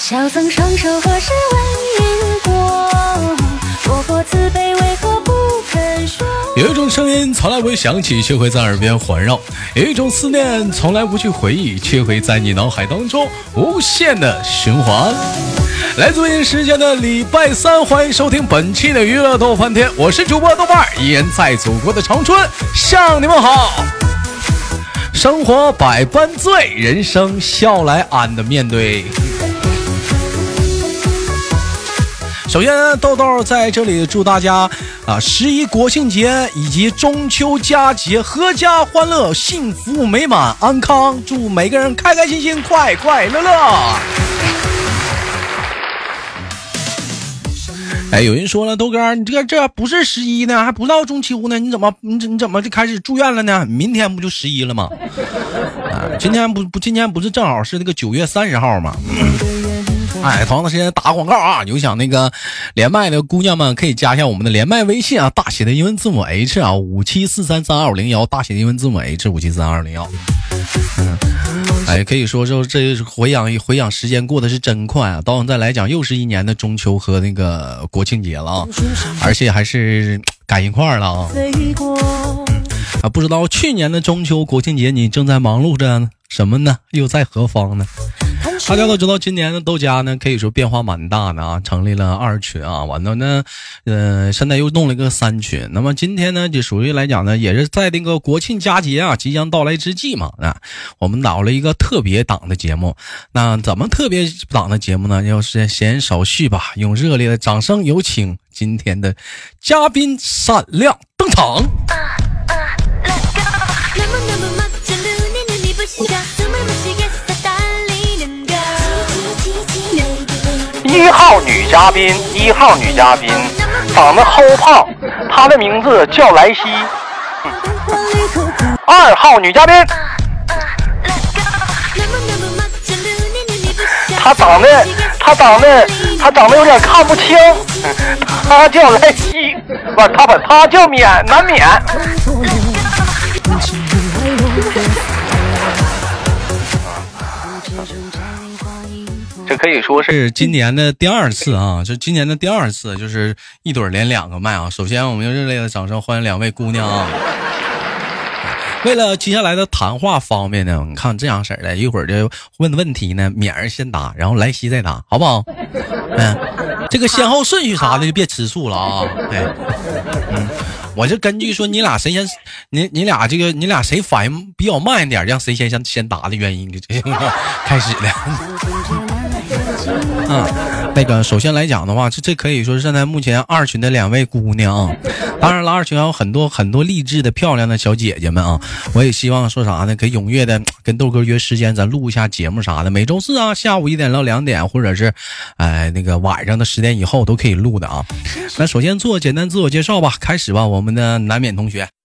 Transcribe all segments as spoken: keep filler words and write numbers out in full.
小僧双手合十问因果，佛佛慈悲为何不肯说？ 有一种声音从来不会响起，却会在耳边环绕；有一种思念从来不去回忆，却会在你脑海当中无限的循环。来自北京时间的礼拜三，欢迎收听本期的娱乐逗翻天，我是主播豆瓣，依然在祖国的长春向你们好。生活百般醉，人生笑来安的面对。首先豆豆在这里祝大家啊十一国庆节以及中秋佳节阖家欢乐，幸福美满安康，祝每个人开开心心快快乐乐。哎，有人说了，豆哥，你这这不是十一呢，还不到中秋呢，你怎么你你怎么就开始住院了呢？明天不就十一了吗？啊，今天不不今天不是正好是那个九月三十号吗？哎，同样的时间打广告啊！有想那个连麦的姑娘们可以加一下我们的连麦微信啊，大写的英文字母 H 啊，五七四三三二五零幺，大写的英文字母 H 五七四三二零幺。嗯，哎，可以说说这回想回想时间过得是真快啊！到现在来讲，又是一年的中秋和那个国庆节了啊，而且还是赶一块儿了啊！啊，不知道去年的中秋国庆节你正在忙碌着什么呢？又在何方呢？大家都知道，今年的豆家呢，可以说变化蛮大的啊，成立了二群啊，完了呢，呃，现在又弄了一个三群。那么今天呢，就属于来讲呢，也是在那个国庆佳节啊即将到来之际嘛，啊，我们搞了一个特别档的节目。那怎么特别档的节目呢？要是闲言少叙吧，用热烈的掌声有请今天的嘉宾闪亮登场。 一号女嘉宾，一号女嘉宾，长得齁胖，她的名字叫莱西。二号女嘉宾，她长得，她长得，她长得有点看不清，她叫莱西，不，她不，她叫免难免。 这可以说是今年的第二次啊，这今年的第二次，就是一对连两个麦啊。首先，我们用热烈的掌声欢迎两位姑娘啊！为了接下来的谈话方面呢，你看这样式儿的，一会儿就问的问题呢，免儿先答，然后莱西再答，好不好？嗯，这个先后顺序啥的就别吃醋了啊！对，嗯。我就根据说你俩谁先，你你俩这个你俩谁反应比较慢一点，让谁先先先答的原因就开始了。嗯，那个首先来讲的话，这这可以说是现在目前二群的两位姑娘，当然了，二群还有很多很多励志的漂亮的小姐姐们啊。我也希望说啥呢，可以踊跃的跟豆哥约时间，咱录一下节目啥的。每周四啊下午一点到两点，或者是哎、呃、那个晚上的十点以后都可以录的啊。那首先做简单自我介绍吧，开始吧，我们的南冕同学。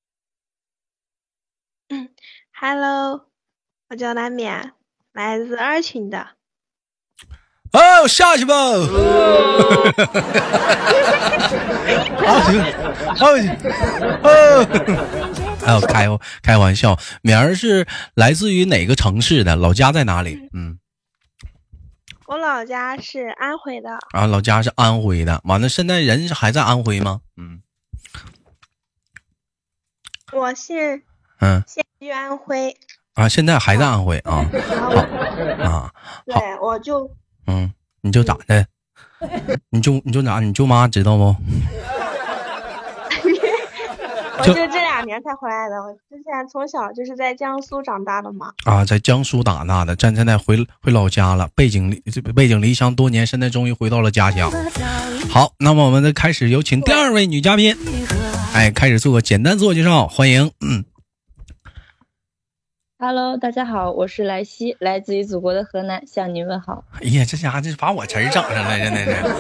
嗯 ，Hello， 我叫南冕，来自二群的。 哦，下去吧。好行，好行，哦，还有开开玩笑，冕儿是来自于哪个城市的？老家在哪里？嗯， 我老家是安徽的。 啊，老家是安徽的。完了，现在人还在安徽吗？嗯， 我现嗯现居安徽。 啊，现在还在安徽啊？好啊， 对，我就。 嗯，你就咋的？你就你就咋？你舅妈知道不？ 我就这两年才回来的。我之前从小就是在江苏长大的嘛。 啊，在江苏长大的，咱现在回回老家了，背井离背井离乡多年，现在终于回到了家乡。好，那么我们再开始有请第二位女嘉宾，哎，开始做个简单自我介绍，欢迎。嗯。 Hello， 大家好，我是莱西，来自于祖国的河南，向您问好。 哎呀，这家伙这把我词儿整上了，真的是。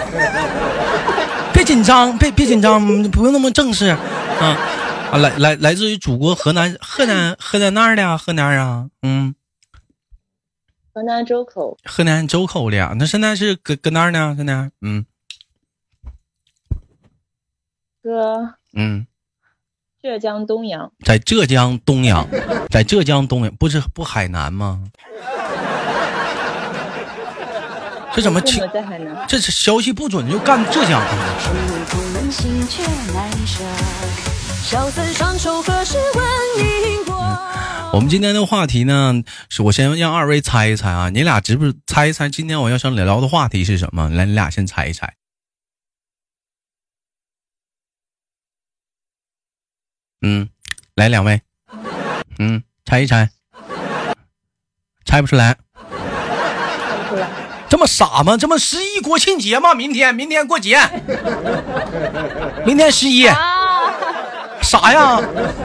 别紧张，别别紧张，不用那么正式啊啊！来来来自于祖国河南，河南河南哪儿的啊？河南啊，嗯， 河南周口。 河南周口的呀，那现在是搁搁哪儿呢？现在，嗯， 哥， 嗯。 浙江东阳， 在浙江东阳，在浙江东阳，不是不海南吗？ 这怎么父母在海南？ 这是消息不准就干这家伙？ 心却难舍，小三双手何时问因果？ 我们今天的话题呢，是我先让二位猜一猜啊，你俩知不知猜一猜？今天我要想聊的话题是什么？来，你俩先猜一猜。嗯，来两位，嗯，猜一猜，猜不出来， 猜不出来。 这么傻吗？这么十一国庆节吗？明天，明天过节，明天十一，啥呀？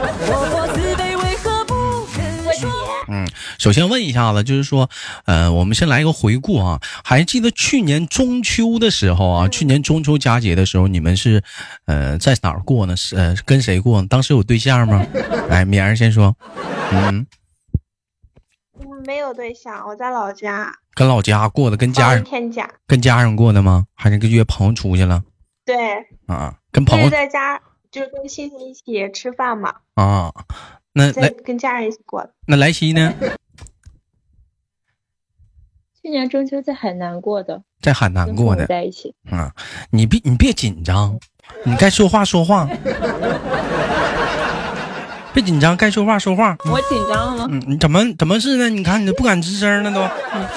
嗯，首先问一下子，就是说，呃，我们先来一个回顾啊，还记得去年中秋的时候啊，去年中秋佳节的时候，你们是，呃，在哪儿过呢？是呃，跟谁过呢？当时有对象吗？来，敏儿先说。嗯， 没有对象，我在老家。 跟老家过的，跟家人天假， 跟家人过的吗？还是跟约朋友出去了？ 对啊，跟朋友在家，就是跟亲戚一起吃饭嘛。 啊，那来跟家人一起过的。 那莱西呢？ 去年中秋在海南过的， 在海南过的， 在一起。 啊，你别你别紧张，你该说话说话，别紧张，该说话说话。 我紧张了吗？ 嗯，你怎么怎么是呢？你看你不敢吱声了都。嗯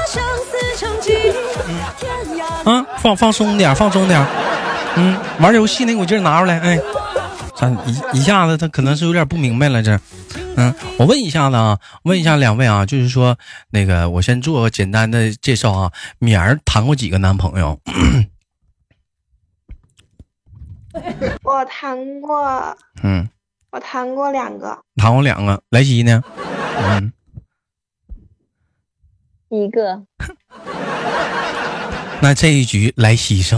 嗯、啊，放放松点，放松点。嗯，玩游戏那股劲儿拿出来，哎，咱一一下子他可能是有点不明白了这。嗯，我问一下子啊，问一下两位啊，就是说那个我先做个简单的介绍啊，敏儿谈过几个男朋友？ 我谈过， 嗯， 我谈过两个， 谈过两个。莱西呢？嗯， 一个。 那这一局来西胜。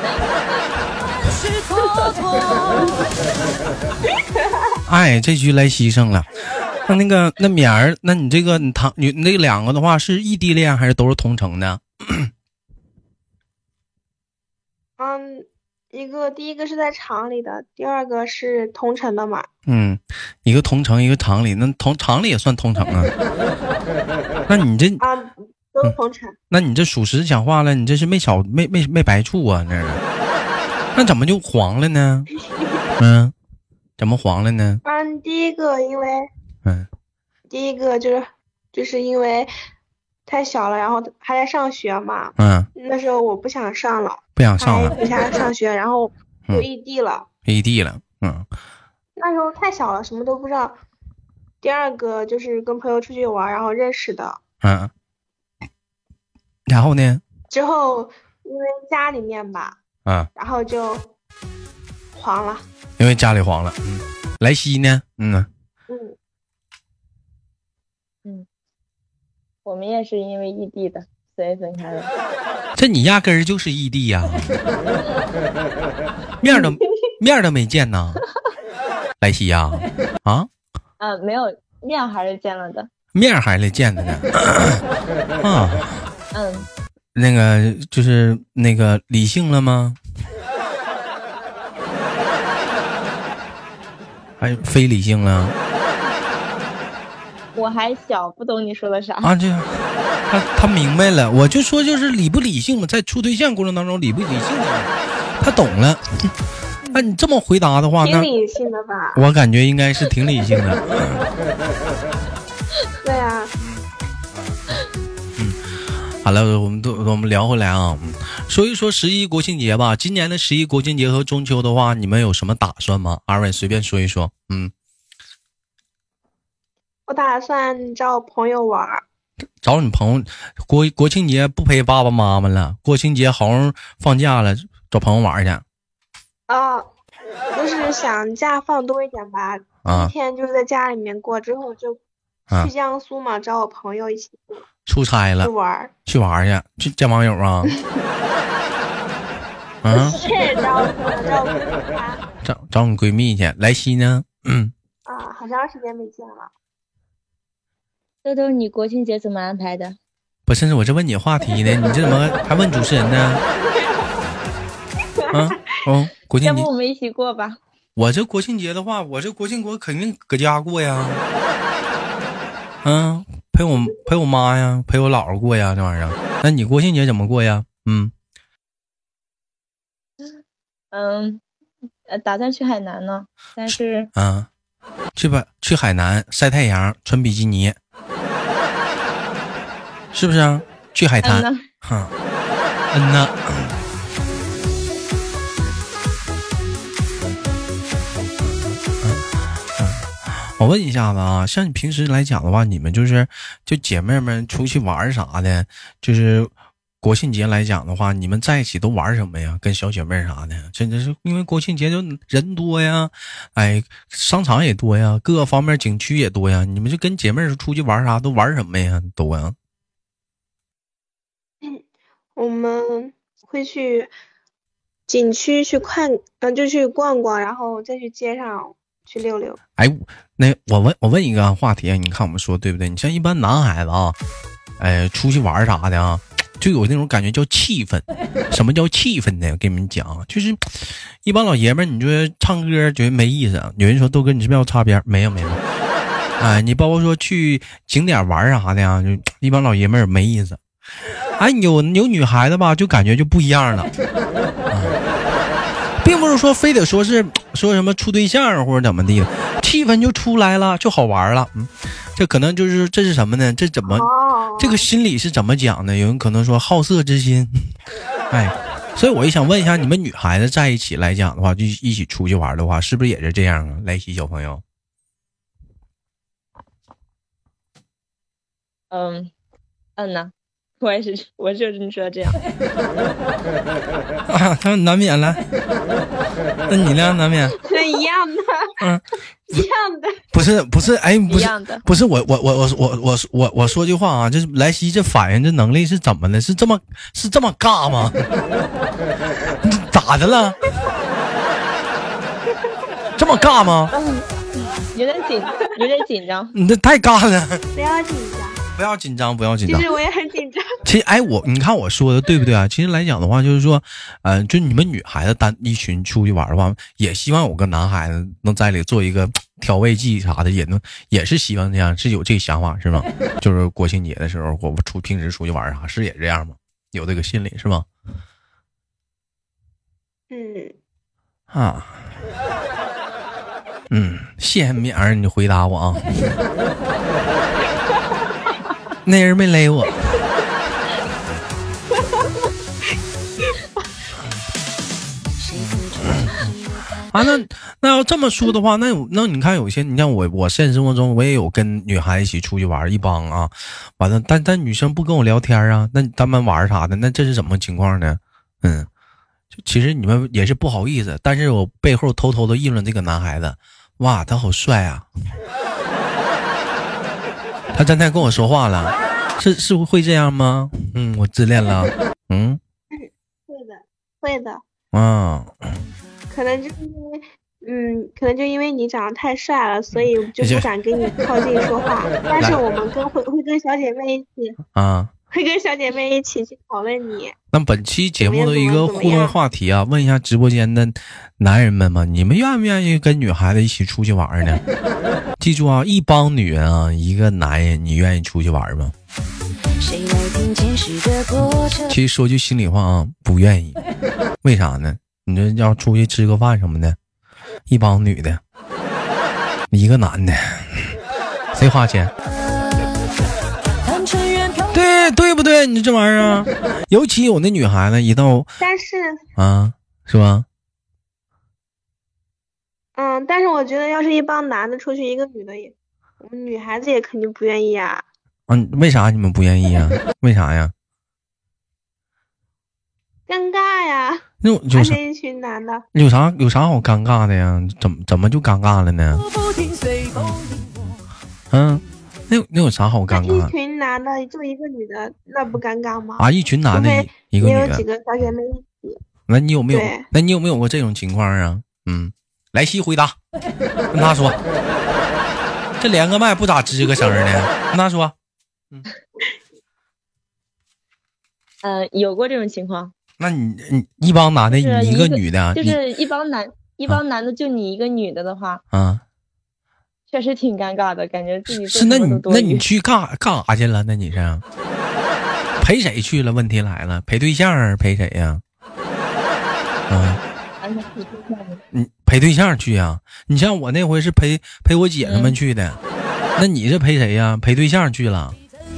哎，这局来西胜了。那那个那敏儿，那你这个你谈你那两个的话是异地恋还是都是同城的？ 嗯，一个第一个是在厂里的，第二个是同城的嘛。 嗯，一个同城，一个厂里，那同厂里也算同城啊。那你这啊，都同城、嗯。 那你这属实讲话了，你这是没少没没没白处啊，这是。那怎么就黄了呢？嗯，怎么黄了呢？ 嗯，第一个因为， 嗯， 第一个就是就是因为太小了，然后还在上学嘛。 嗯， 那时候我不想上了， 不想上了， 不想上学，然后就异地了。 异地了，嗯。 那时候太小了，什么都不知道。第二个就是跟朋友出去玩，然后认识的。 嗯。然后呢？ 之后因为家里面吧。 啊， 然后就黄了， 因为家里黄了。嗯，莱西呢？嗯嗯嗯，我们也是因为异地的，所以分开了。 这你压根儿就是异地呀、啊，面都面都没见呐，莱西呀？啊啊，没有面还是见了的， 面还是见的呢。啊， 嗯。 那个就是那个理性了吗？还有非理性了？ 我还小，不懂你说的啥啊？这他他明白了，我就说就是理不理性嘛，在处对象过程当中理不理性的，他懂了。那、啊、你这么回答的话， 挺理性的吧？ 我感觉应该是挺理性的。 对啊。 好了，我们都我们聊回来啊，说一说十一国庆节吧。今年的十一国庆节和中秋的话，你们有什么打算吗？二位随便说一说。嗯， 我打算找我朋友玩。 找你朋友，国国庆节不陪爸爸妈妈了，国庆节好好放假了，找朋友玩去。 啊，就是想假放多一点吧。 啊， 今天就是在家里面过，之后就去江苏嘛，啊、找我朋友一起过。 出差了， 去玩去玩去，去见网友啊？ 啊？找找找你闺蜜去。莱西呢？嗯。 啊，好长时间没见了。 豆豆，你国庆节怎么安排的？ 不是，我这问你话题呢，你这怎么还问主持人呢？啊哦，国庆节， 要不我们一起过吧？ 我这国庆节的话，我这国庆国肯定搁家过呀。嗯、啊， 陪我陪我妈呀，陪我姥姥过呀，这玩意儿。那你国庆节怎么过呀？嗯嗯，呃，打算去海南呢，但是啊，去吧，去海南晒太阳，穿比基尼，是不是啊？去海滩，哼，嗯呐。我问一下子啊，像你平时来讲的话，你们就是就姐妹们出去玩啥的，就是国庆节来讲的话，你们在一起都玩什么呀？跟小姐妹啥的，真的是因为国庆节就人多呀，哎，商场也多呀，各个方面景区也多呀，你们就跟姐妹出去玩啥都玩什么呀？都呀？ 我们会去景区去看，嗯，就去逛逛，然后再去街上去溜溜。 哎，那我问我问一个话题，你看我们说对不对？你像一般男孩子啊，哎，出去玩啥的啊，就有那种感觉叫气氛。什么叫气氛呢？我跟你们讲，就是一般老爷们儿，你觉得唱歌觉得没意思，有人说豆哥你是不是要擦边？没有没有。哎，你包括说去景点玩啥的呀，就一般老爷们儿没意思。哎，有有女孩子吧，就感觉就不一样了。并不是说非得说是说什么处对象或者怎么地的，气氛就出来了，就好玩了。嗯，这可能就是这是什么呢？这怎么、哦、这个心理是怎么讲呢？有人可能说好色之心，哎，所以我也想问一下，你们女孩子在一起来讲的话，就一起出去玩的话，是不是也是这样啊？莱西小朋友， 嗯嗯呐。我也是，我就是你说这样啊，他难免了。那你呢？难免是一样的， 嗯， 一样的， 不是不是，哎，不是一样的， 不是我我我我我我我我说句话啊，就是莱西这反应这能力是怎么的？是这么是这么尬吗？咋的了？这么尬吗？ 嗯，有点紧，有点紧张。 你这太尬了， 不要紧张。 不要紧张，不要紧张。 其实我也很紧张。 其实，哎，我你看我说的对不对啊？其实来讲的话，就是说，嗯、呃，就你们女孩子单一群出去玩的话，也希望有个男孩子能在里做一个调味剂啥的，也能也是希望这样，是有这个想法是吗？就是国庆节的时候，我出平时出去玩啥，是也这样吗？有这个心理是吗？ 嗯。 啊。嗯，谢谢面儿，你回答我啊。那人没勒我。啊，那那要这么说的话，那那你看有些，你像我，我现实生活中我也有跟女孩一起出去玩一帮啊，完了，但但女生不跟我聊天啊，那他们玩啥的？那这是什么情况呢？嗯，其实你们也是不好意思，但是我背后偷偷的议论这个男孩子，哇，他好帅啊！他刚才跟我说话了，是是会这样吗？嗯，我自恋了。嗯， 会的，会的。 啊， 可能就是因为，嗯，可能就因为你长得太帅了，所以就不敢跟你靠近说话。但是我们跟会会跟小姐妹一起啊， 会跟小姐妹一起去讨论你。 那本期节目的一个互动话题啊，问一下直播间的男人们嘛，你们愿不愿意跟女孩子一起出去玩呢？记住啊，一帮女人啊，一个男人，你愿意出去玩吗？其实说句心里话啊，不愿意。为啥呢？你这要出去吃个饭什么的，一帮女的，一个男的，谁花钱？对对不对？你这玩意儿啊，尤其有那女孩子一到， 但是啊，是吧？ 嗯，但是我觉得要是一帮男的出去，一个女的也，我们女孩子也肯定不愿意啊。 嗯、啊，为啥你们不愿意啊？为啥呀？ 尴尬呀！ 那有啥？ 一群男的， 有啥有啥好尴尬的呀？怎么怎么就尴尬了呢？嗯，那那有啥好尴尬？ 一群男的就一个女的，那不尴尬吗？ 啊，一群男的一个女的， 也有几个小姐妹一起。 那你有没有？那你有没有过这种情况啊？嗯，莱西回答，跟他说，这连个麦不咋吱个声呢？跟他说，嗯， 呃，有过这种情况。 那你你一帮男的，你一个女的， 就是一帮男一帮男的，就你一个女的的话， 啊， 确实挺尴尬的，感觉自己是那你那你去干干啥去了？那你是陪谁去了？问题来了，陪对象陪谁呀？啊，你陪对象去呀？你像我那回是陪陪我姐他们去的，嗯、那你是陪谁呀？陪对象去了。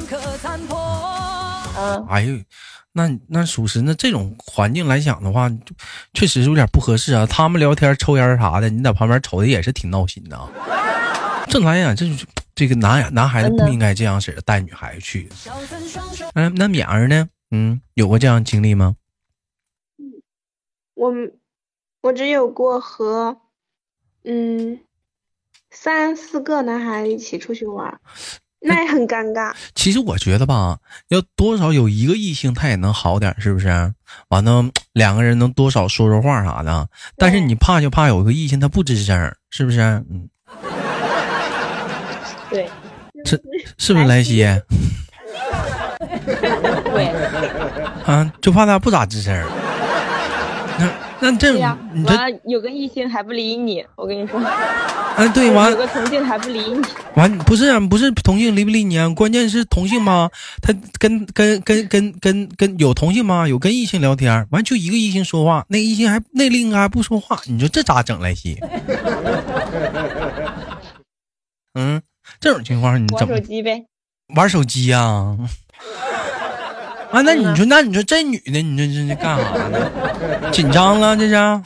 嗯， 哎呦，那那属实，那这种环境来讲的话，确实是有点不合适啊。他们聊天抽烟啥的，你在旁边瞅的也是挺闹心的啊。正来呀，这这个男男孩子不应该这样式的带女孩子去。嗯、呃，那淼儿呢？嗯，有过这样经历吗？ 我我只有过和嗯三四个男孩一起出去玩。那也很尴尬。 其实我觉得吧，要多少有一个异性，他也能好点，是不是？完了，两个人能多少说说话啥的。但是你怕就怕有个异性他不吱声，是不是？嗯， 对， 是是不是莱西？ 对， 啊，就怕他不咋吱声。那那这样， 你这有个异性还不理你，我跟你说。 哎，对，完有个同性还不理你， 完不是啊，不是同性理不理你啊？关键是同性吗？他跟跟跟跟跟跟有同性吗？有跟异性聊天，完就一个异性说话，那个异性还那另一个还不说话，你说这咋整来西？嗯，这种情况你怎么玩手机呗？ 玩手机呀、啊？啊，那你说，那你说这女的，你这这这干啥呢？紧张了这是？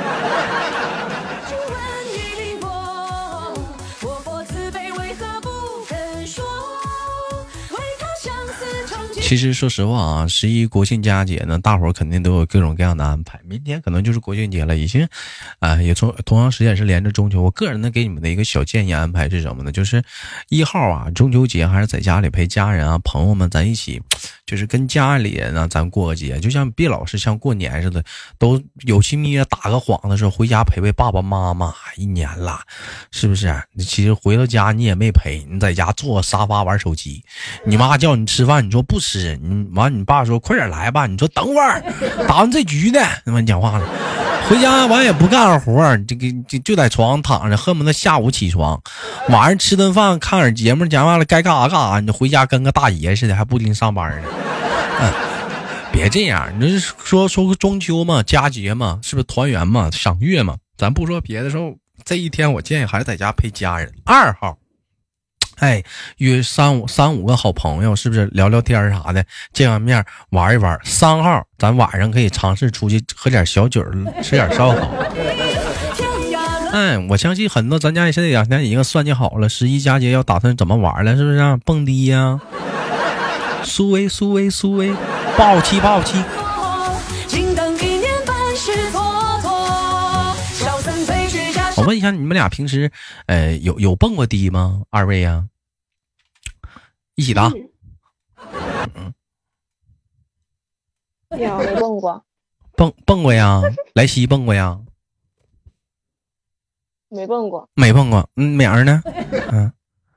其实说实话啊，十一国庆佳节呢，大伙儿肯定都有各种各样的安排。明天可能就是国庆节了，已经，啊、呃，也从同样时间也是连着中秋。我个人呢给你们的一个小建议安排是什么呢？就是一号啊，中秋节还是在家里陪家人啊朋友们咱一起，就是跟家里人呢咱过个节，就像别老是像过年似的，都有气眯着打个晃的时候回家陪陪爸爸妈妈，一年了，是不是？你其实回到家你也没陪，你在家坐沙发玩手机，你妈叫你吃饭，你说不吃。你完，你爸说快点来吧，你说等会儿打完这局的，他妈讲话了。回家完也不干活，这个就就在床上躺着，恨不得下午起床，晚上吃顿饭看点节目，讲完了该干啥干啥。你回家跟个大爷似的，还不盯上班呢。嗯，别这样，你这说说中秋嘛，佳节嘛，是不是团圆嘛，赏月嘛？咱不说别的时候，这一天我建议还是在家陪家人。二号。哎，约三五三五个好朋友，是不是聊聊天啥的，见完面玩一玩。三号，咱晚上可以尝试出去喝点小酒，吃点烧烤。哎，我相信很多咱家也是这两天已经算计好了，十一佳节要打算怎么玩了，是不是、啊？蹦迪呀、啊，苏威苏威苏威，爆气爆气。我问一下，你们俩平时，呃，有有蹦过迪吗？二位呀、啊，一起答。 嗯，有没蹦过？ 蹦蹦过呀，莱西蹦过呀？ 没蹦过， 没蹦过。嗯，淼儿呢？嗯，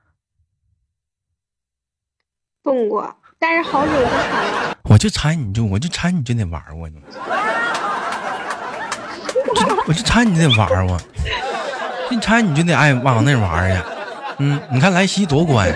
蹦过，但是好久之前了。 我就猜你就我就猜你就得玩我，我就猜你得玩我。你猜你就得爱往那玩去，嗯，你看莱西多乖。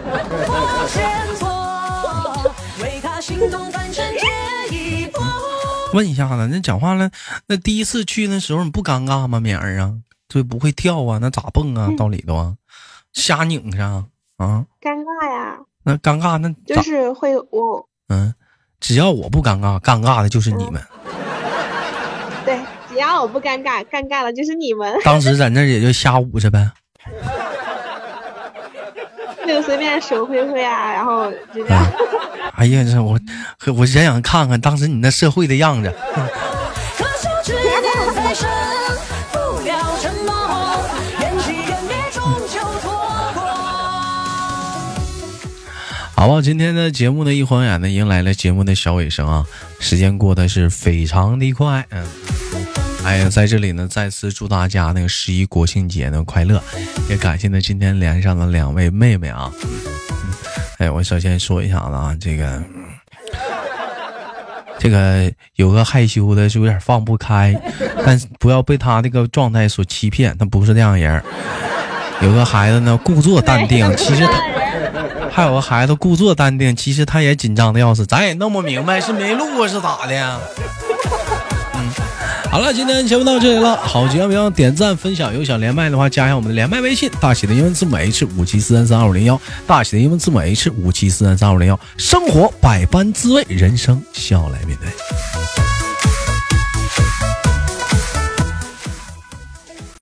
问一下子，那讲话了，那第一次去那时候你不尴尬吗？淼儿啊，对，不会跳啊，那咋蹦啊？到里头啊，瞎拧上啊？ 尴尬呀。 那尴尬那就是会我嗯，只要我不尴尬，尴尬的就是你们。 嗯、对。只要我不尴尬，尴尬的就是你们。 当时在那也就瞎舞着呗， 就随便手挥挥啊，然后就这样。 哎呀，这我我想想看看当时你那社会的样子。好吧，今天的节目呢一晃眼呢迎来了节目的小尾声啊，时间过得是非常的快，嗯。哎呀，在这里呢，再次祝大家那个十一国庆节呢快乐，也感谢呢今天连上了两位妹妹啊。嗯、哎，我首先说一下子啊，这个这个有个害羞的，就有点放不开，但不要被他这个状态所欺骗，他不是这样人。 有个孩子呢故作淡定，其实他还有个孩子故作淡定，其实他也紧张的要死，咱也弄不明白是没录啊是咋的呀？嗯，好了，今天节目到这里了，好节目别忘点赞分享，有想连麦的话加一下我们的连麦微信，大写的英文字母 H 五七四三三二五零一，大写的英文字母 H 五七四三三二五零一，生活百般滋味，人生笑来面对。